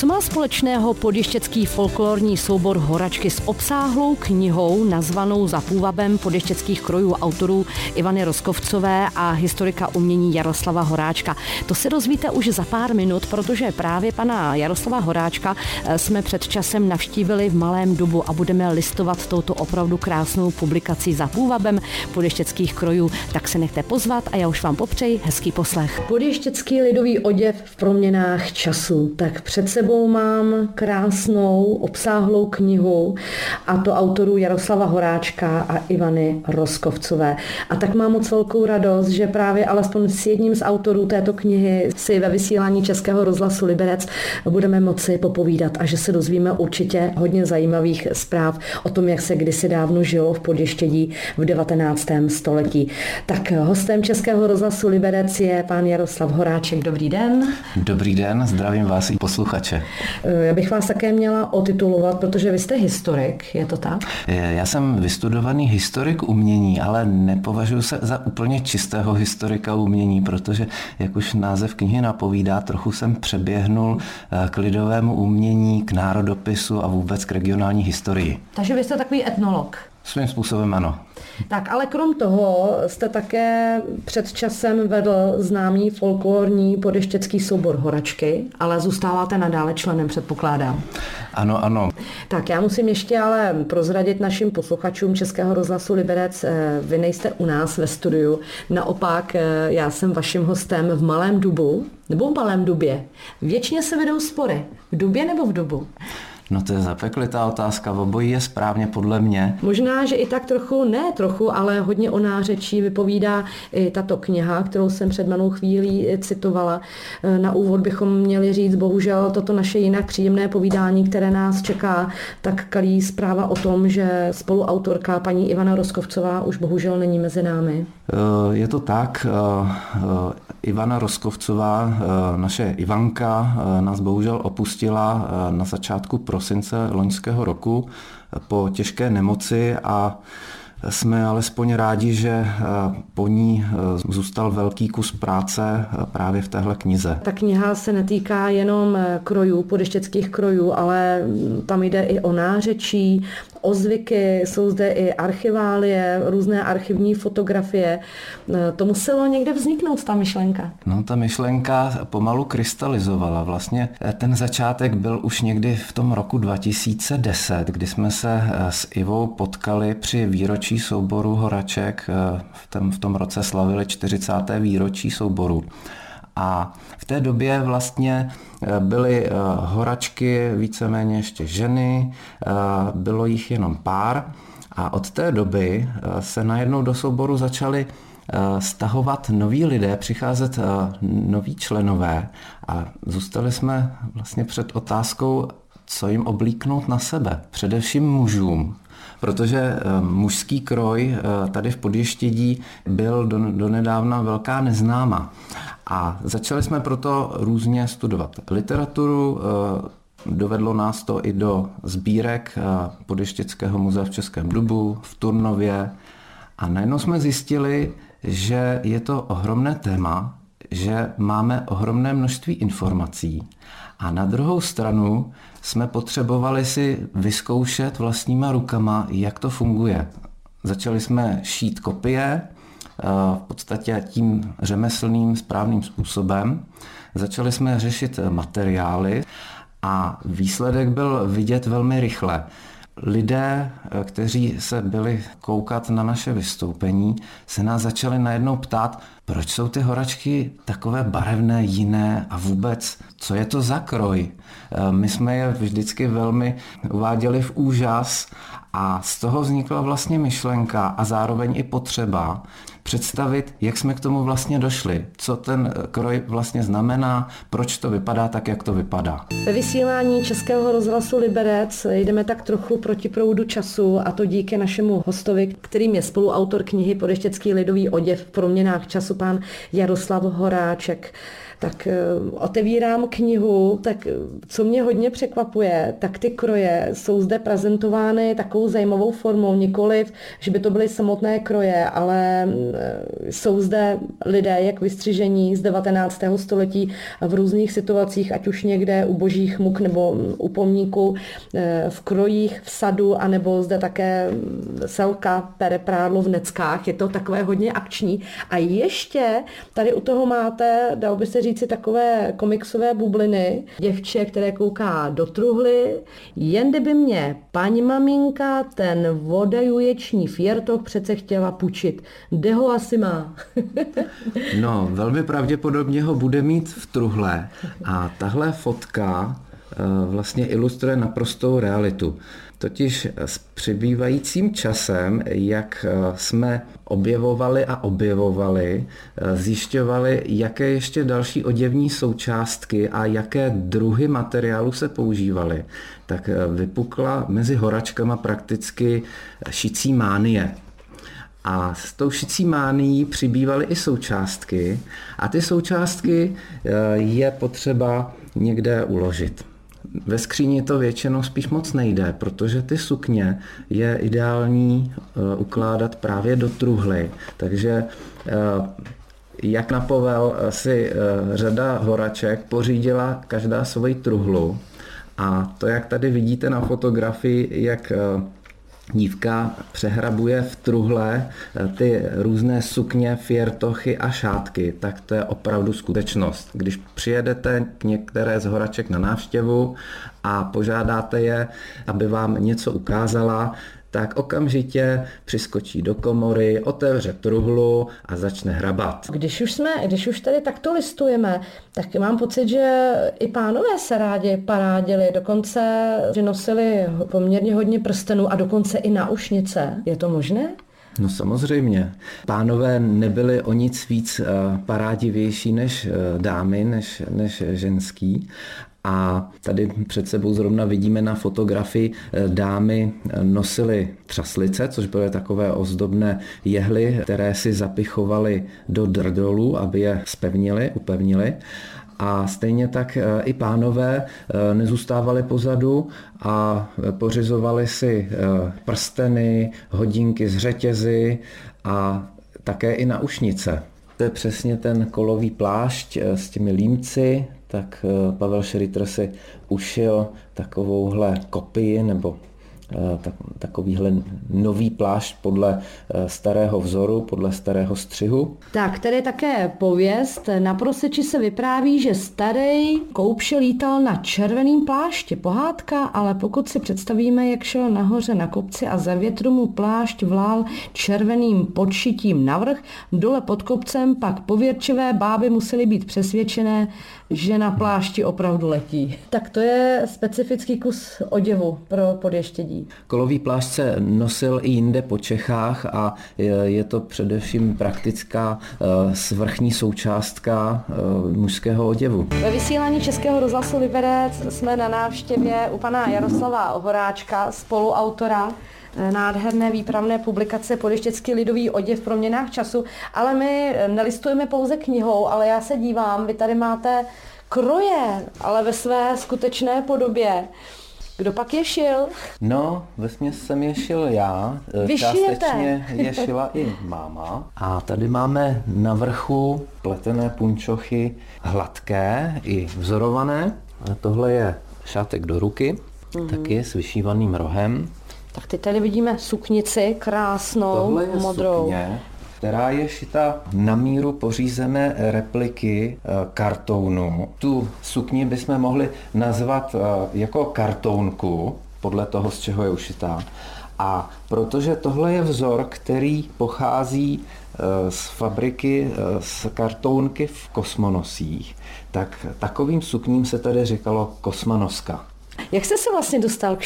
Co má společného podještěcký folklorní soubor Horačky s obsáhlou knihou nazvanou Za půvabem podještěckých krojů autorů Ivany Roskovcové a historika umění Jaroslava Horáčka? To se dozvíte už za pár minut, protože právě pana Jaroslava Horáčka jsme před časem navštívili v Malém Dubu a budeme listovat touto opravdu krásnou publikací Za půvabem podještěckých krojů. Tak se nechte pozvat a já už vám popřeji hezký poslech. Podještěcký lidový oděv v proměnách času. Tak před sebou mám krásnou obsáhlou knihu, a to autorů Jaroslava Horáčka a Ivany Roskovcové. A tak mám moc velkou radost, že právě alespoň s jedním z autorů této knihy si ve vysílání Českého rozhlasu Liberec budeme moci popovídat a že se dozvíme určitě hodně zajímavých zpráv o tom, jak se kdysi dávno žilo v Podještědí v 19. století. Tak hostem Českého rozhlasu Liberec je pán Jaroslav Horáček. Dobrý den. Dobrý den, zdravím vás i posluchače. Já bych vás také měla otitulovat, protože vy jste historik, je to tak? Já jsem vystudovaný historik umění, ale nepovažuji se za úplně čistého historika umění, protože, jak už název knihy napovídá, trochu jsem přeběhnul k lidovému umění, k národopisu a vůbec k regionální historii. Takže vy jste takový etnolog. Svým způsobem ano. Tak, ale krom toho jste také před časem vedl známý folklorní podještěcký soubor Horačky, ale zůstáváte nadále členem, předpokládám. Ano, ano. Tak já musím ještě ale prozradit našim posluchačům Českého rozhlasu Liberec, vy nejste u nás ve studiu, naopak já jsem vaším hostem v Malém Dubu, nebo v Malém Dubě. Věčně se vedou spory, v Dubě nebo v Dubu? No to je zapeklitá otázka, obojí je správně podle mě. Možná, že i tak trochu, ale hodně o nářečí vypovídá i tato kniha, kterou jsem před malou chvílí citovala. Na úvod bychom měli říct, bohužel toto naše jinak příjemné povídání, které nás čeká, tak kalí zpráva o tom, že spoluautorka paní Ivana Roskovcová už bohužel není mezi námi. Je to tak. Ivana Roskovcová, naše Ivanka, nás bohužel opustila na začátku prosince loňského roku po těžké nemoci a jsme alespoň rádi, že po ní zůstal velký kus práce právě v téhle knize. Ta kniha se netýká jenom krojů, podještěckých krojů, ale tam jde i o nářečí, o zvyky, jsou zde i archiválie, různé archivní fotografie. To muselo někde vzniknout, ta myšlenka? No, ta myšlenka pomalu krystalizovala. Vlastně ten začátek byl už někdy v tom roku 2010, kdy jsme se s Ivou potkali při výročí souboru Horaček. V tom roce slavili 40. výročí souboru. A v té době vlastně byly Horačky víceméně ještě ženy, bylo jich jenom pár a od té doby se najednou do souboru začali stahovat noví lidé, přicházet noví členové a zůstali jsme vlastně před otázkou, co jim oblíknout na sebe, především mužům. Protože mužský kroj tady v Podještědí byl donedávna velká neznáma. A začali jsme proto různě studovat literaturu, dovedlo nás to i do sbírek Podještěckého muzea v Českém Dubu, v Turnově a najednou jsme zjistili, že je to ohromné téma, že máme ohromné množství informací a na druhou stranu jsme potřebovali si vyzkoušet vlastníma rukama, jak to funguje. Začali jsme šít kopie, v podstatě tím řemeslným správným způsobem. Začali jsme řešit materiály a výsledek byl vidět velmi rychle. Lidé, kteří se byli koukat na naše vystoupení, se nás začali najednou ptát, proč jsou ty Horačky takové barevné, jiné a vůbec, co je to za kroj. My jsme je vždycky velmi uváděli v úžas a z toho vznikla vlastně myšlenka a zároveň i potřeba představit, jak jsme k tomu vlastně došli, co ten kroj vlastně znamená, proč to vypadá tak, jak to vypadá. Ve vysílání Českého rozhlasu Liberec jdeme tak trochu proti proudu času a to díky našemu hostovi, kterým je spoluautor knihy Podještěcký lidový oděv v proměnách času, pán Jaroslav Horáček. Tak otevírám knihu, tak co mě hodně překvapuje, tak ty kroje jsou zde prezentovány takovou zajímavou formou, nikoliv, že by to byly samotné kroje, ale jsou zde lidé, jak vystřižení z 19. století v různých situacích, ať už někde u božích muk nebo u pomníku, v krojích, v sadu, anebo zde také selka, pere prádlo v neckách. Je to takové hodně akční. A ještě tady u toho máte, dalo by se říci, takové komiksové bubliny. Děvče, které kouká do truhly. Jen by mě paní maminka ten vodajuječní fjertok přece chtěla půjčit. Kde ho asi má? No, velmi pravděpodobně ho bude mít v truhle. A tahle fotka vlastně ilustruje naprostou realitu. Totiž s přibývajícím časem, jak jsme objevovali, zjišťovali, jaké ještě další oděvní součástky a jaké druhy materiálu se používaly, tak vypukla mezi horačkama prakticky šicí mánie. A s tou šicí mánií přibývaly i součástky a ty součástky je potřeba někde uložit. Ve skříni to většinou spíš moc nejde, protože ty sukně je ideální ukládat právě do truhly. Takže jak na povel si řada horaček pořídila každá svoji truhlu. A to, jak tady vidíte na fotografii, jak dívka přehrabuje v truhle ty různé sukně, fjertochy a šátky, tak to je opravdu skutečnost. Když přijedete k některé z horaček na návštěvu a požádáte je, aby vám něco ukázala, tak okamžitě přiskočí do komory, otevře truhlu a začne hrabat. Když už tady takto listujeme, tak mám pocit, že i pánové se rádi parádili, dokonce že nosili poměrně hodně prstenů a dokonce i náušnice. Je to možné? No samozřejmě. Pánové nebyli o nic víc parádivější než dámy, než ženský. A tady před sebou zrovna vidíme na fotografii dámy nosily třaslice, což byly takové ozdobné jehly, které si zapichovaly do drdolů, aby je upevnili. A stejně tak i pánové nezůstávali pozadu a pořizovali si prsteny, hodinky z řetězy a také i náušnice. To je přesně ten kolový plášť s těmi límci, tak Pavel Schritter si ušil takovouhle kopii nebo takovýhle nový plášť podle starého vzoru, podle starého střihu. Tak, tady je také pověst. Na Proseči se vypráví, že starý Koupše lítal na červeným plášti. Pohádka, ale pokud si představíme, jak šel nahoře na kopci a za větru mu plášť vlál červeným podšitím navrch, dole pod kopcem pak pověrčivé báby musely být přesvědčené, že na plášti opravdu letí. Tak to je specifický kus oděvu pro podještědí. Kolový plášť se nosil i jinde po Čechách a je to především praktická svrchní součástka mužského oděvu. Ve vysílání Českého rozhlasu Liberec jsme na návštěvě u pana Jaroslava Horáčka, spoluautora nádherné výpravné publikace Podještěcký lidový oděv v proměnách času, ale my nelistujeme pouze knihou, ale já se dívám, vy tady máte kroje, ale ve své skutečné podobě. Kdo pak je šil? No, vesměs jsem je šil já, částečně je šila i máma. A tady máme na vrchu pletené punčochy hladké i vzorované. A tohle je šátek do ruky, taky s vyšívaným rohem. Tak teď tady vidíme suknici krásnou, tohle je modrou. Sukně, která je šita na míru pořízené repliky kartounu. Tu sukni bychom mohli nazvat jako kartounku, podle toho, z čeho je ušitá. A protože tohle je vzor, který pochází z fabriky z kartounky v Kosmonosích, tak takovým sukním se tady říkalo kosmanoska. Jak jste se vlastně dostal k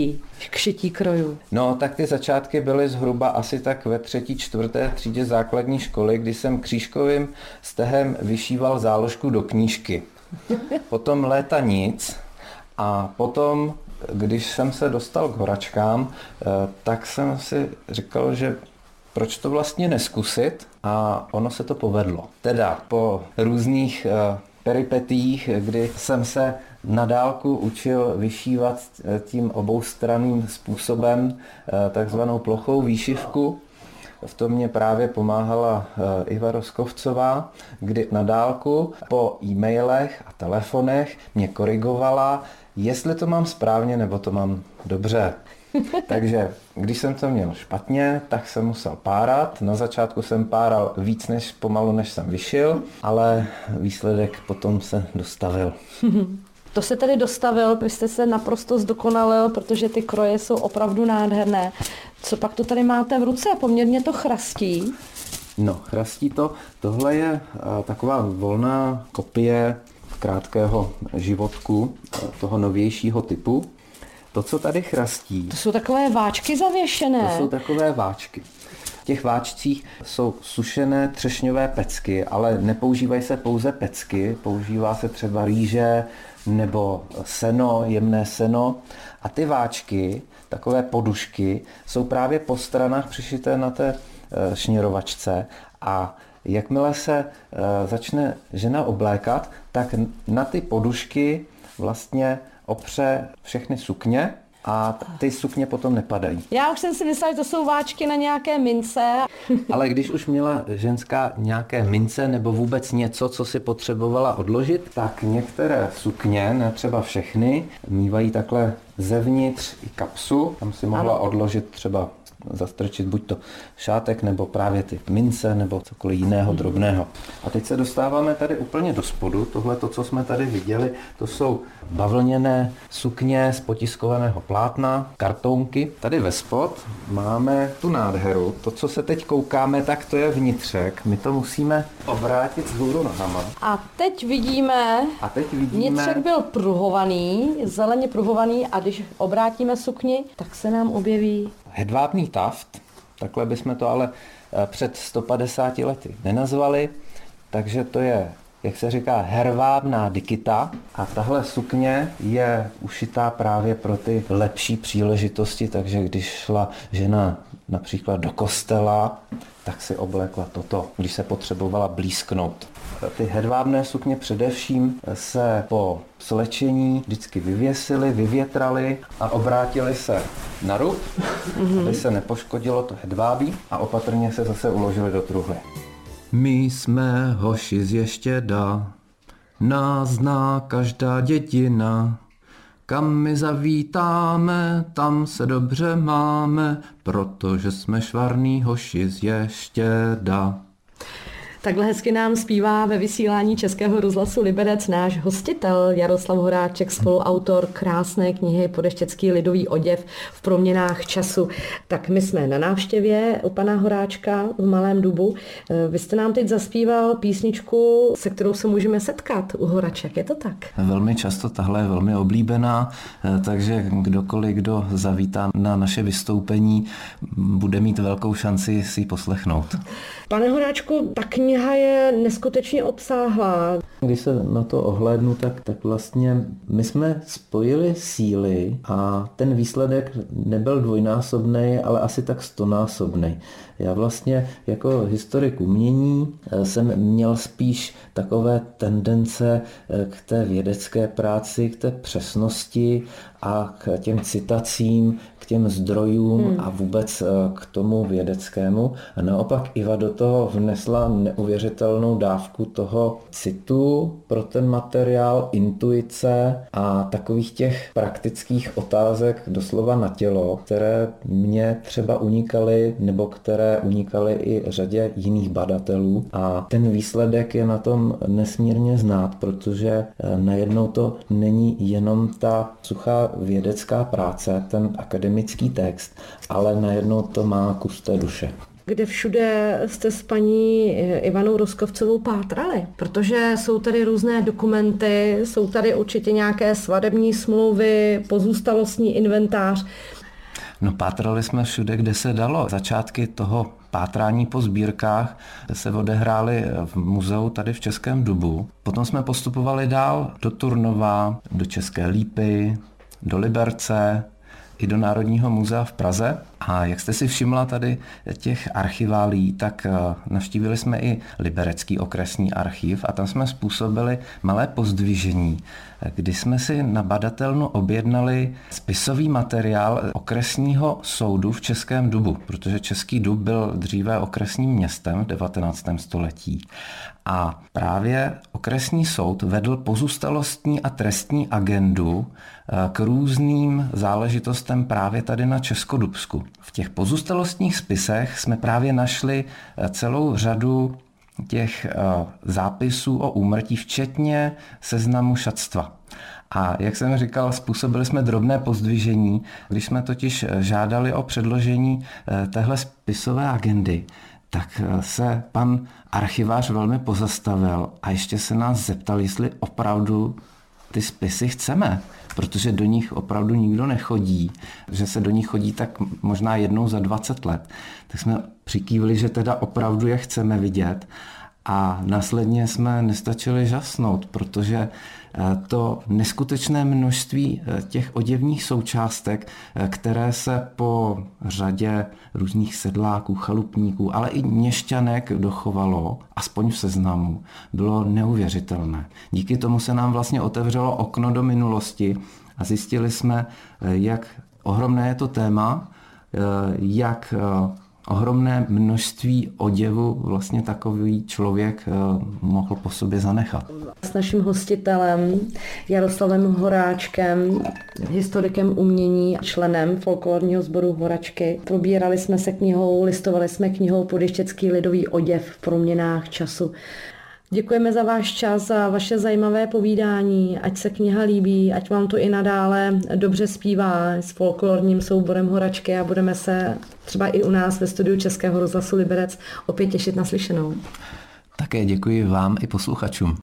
šití krojů? No, tak ty začátky byly zhruba asi tak ve 3., 4. třídě základní školy, kdy jsem křížkovým stehem vyšíval záložku do knížky. Potom léta nic a potom, když jsem se dostal k horačkám, tak jsem si říkal, že proč to vlastně neskusit, a ono se to povedlo. Teda po různých peripetiích, kdy jsem se na dálku učil vyšívat tím oboustranným způsobem takzvanou plochou výšivku. V tom mě právě pomáhala Iva Roskovcová, kdy na dálku po e-mailech a telefonech mě korigovala, jestli to mám správně nebo to mám dobře. Takže když jsem to měl špatně, tak jsem musel párat. Na začátku jsem páral víc pomalu, než jsem vyšil, ale výsledek potom se dostavil. To se tedy dostavil, vy jste se naprosto zdokonalil, protože ty kroje jsou opravdu nádherné. Co pak to tady máte v ruce? Poměrně to chrastí. No, chrastí to. Tohle je taková volná kopie krátkého životku toho novějšího typu. To, co tady chrastí... To jsou takové váčky zavěšené. To jsou takové váčky. V těch váčcích jsou sušené třešňové pecky, ale nepoužívají se pouze pecky, používá se třeba rýže nebo seno, jemné seno. A ty váčky, takové podušky, jsou právě po stranách přišité na té šněrovačce a jakmile se začne žena oblékat, tak na ty podušky vlastně opře všechny sukně a ty sukně potom nepadají. Já už jsem si myslela, že to jsou váčky na nějaké mince. Ale když už měla ženská nějaké mince nebo vůbec něco, co si potřebovala odložit, tak některé sukně, ne třeba všechny, mívají takhle zevnitř i kapsu. Tam si mohla odložit třeba zastrčit buď to šátek, nebo právě ty mince, nebo cokoliv jiného drobného. A teď se dostáváme tady úplně do spodu. Tohle, to, co jsme tady viděli, to jsou bavlněné sukně z potiskovaného plátna, kartonky. Tady ve spod máme tu nádheru. To, co se teď koukáme, tak to je vnitřek. My to musíme obrátit vzhůru nohama. A teď vidíme, vnitřek byl pruhovaný, zeleně pruhovaný, a když obrátíme sukni, tak se nám objeví hedvábný taft, takhle bychom to ale před 150 lety nenazvali, takže to je, jak se říká, hervábná dikita a tahle sukně je ušitá právě pro ty lepší příležitosti, takže když šla žena například do kostela, tak si oblékla toto, když se potřebovala blízknout. Ty hedvábné sukně především se po slečení vždycky vyvěsily, vyvětraly a obrátily se na rub, aby se nepoškodilo to hedvábí a opatrně se zase uložily do truhly. My jsme hoši z Ještěda, nás zná každá dědina. Kam my zavítáme, tam se dobře máme, protože jsme švarný hoši z Ještěda. Takhle hezky nám zpívá ve vysílání Českého rozhlasu Liberec náš hostitel Jaroslav Horáček, spoluautor krásné knihy Podeštěcký lidový oděv v proměnách času. Tak my jsme na návštěvě u pana Horáčka v Malém Dubu. Vy jste nám teď zaspíval písničku, se kterou se můžeme setkat u Horaček, je to tak? Velmi často, tahle je velmi oblíbená, takže kdokoliv, kdo zavítá na naše vystoupení, bude mít velkou šanci si ji poslechnout. Pane Horáčku, ta kniha je neskutečně obsáhlá. Když se na to ohlédnu, tak vlastně my jsme spojili síly a ten výsledek nebyl dvojnásobný, ale asi tak 100násobný. Já vlastně jako historik umění jsem měl spíš takové tendence k té vědecké práci, k té přesnosti a k těm citacím, k těm zdrojům a vůbec k tomu vědeckému. A naopak Iva do toho vnesla neuvěřitelnou dávku toho citu pro ten materiál, intuice a takových těch praktických otázek doslova na tělo, které mě třeba unikaly nebo které unikaly i řadě jiných badatelů. A ten výsledek je na tom nesmírně znát, protože najednou to není jenom ta suchá vědecká práce, ten akademický text, ale najednou to má kus té duše. Kde všude jste s paní Ivanou Roskovcovou pátrali? Protože jsou tady různé dokumenty, jsou tady určitě nějaké svadební smlouvy, pozůstalostní inventář. No, pátrali jsme všude, kde se dalo. Začátky toho pátrání po sbírkách se odehrály v muzeu tady v Českém Dubu. Potom jsme postupovali dál do Turnova, do České Lípy, do Liberce, i do Národního muzea v Praze. A jak jste si všimla tady těch archiválí, tak navštívili jsme i Liberecký okresní archiv a tam jsme způsobili malé pozdvižení, kdy jsme si na badatelnu objednali spisový materiál okresního soudu v Českém Dubu, protože Český Dub byl dříve okresním městem v 19. století. A právě okresní soud vedl pozůstalostní a trestní agendu k různým záležitostem právě tady na Českodubsku. V těch pozůstalostních spisech jsme právě našli celou řadu těch zápisů o úmrtí, včetně seznamu šatstva. A jak jsem říkal, způsobili jsme drobné pozdvižení, když jsme totiž žádali o předložení téhle spisové agendy, tak se pan archivář velmi pozastavil a ještě se nás zeptal, jestli opravdu ty spisy chceme, protože do nich opravdu nikdo nechodí, že se do nich chodí tak možná jednou za 20 let. Tak jsme přikývli, že teda opravdu je chceme vidět a následně jsme nestačili žasnout, protože to neskutečné množství těch oděvních součástek, které se po řadě různých sedláků, chalupníků, ale i měšťanek dochovalo, aspoň v seznamu, bylo neuvěřitelné. Díky tomu se nám vlastně otevřelo okno do minulosti a zjistili jsme, jak ohromné je to téma, jak ohromné množství oděvu vlastně takový člověk mohl po sobě zanechat. S naším hostitelem Jaroslavem Horáčkem, historikem umění a členem folklorního sboru Horačky. Probírali jsme se knihou, listovali jsme knihou Podještěcký lidový oděv v proměnách času. Děkujeme za váš čas, za vaše zajímavé povídání, ať se kniha líbí, ať vám to i nadále dobře zpívá s folklorním souborem Horačky a budeme se třeba i u nás ve studiu Českého rozhlasu Liberec opět těšit na slyšenou. Také děkuji vám i posluchačům.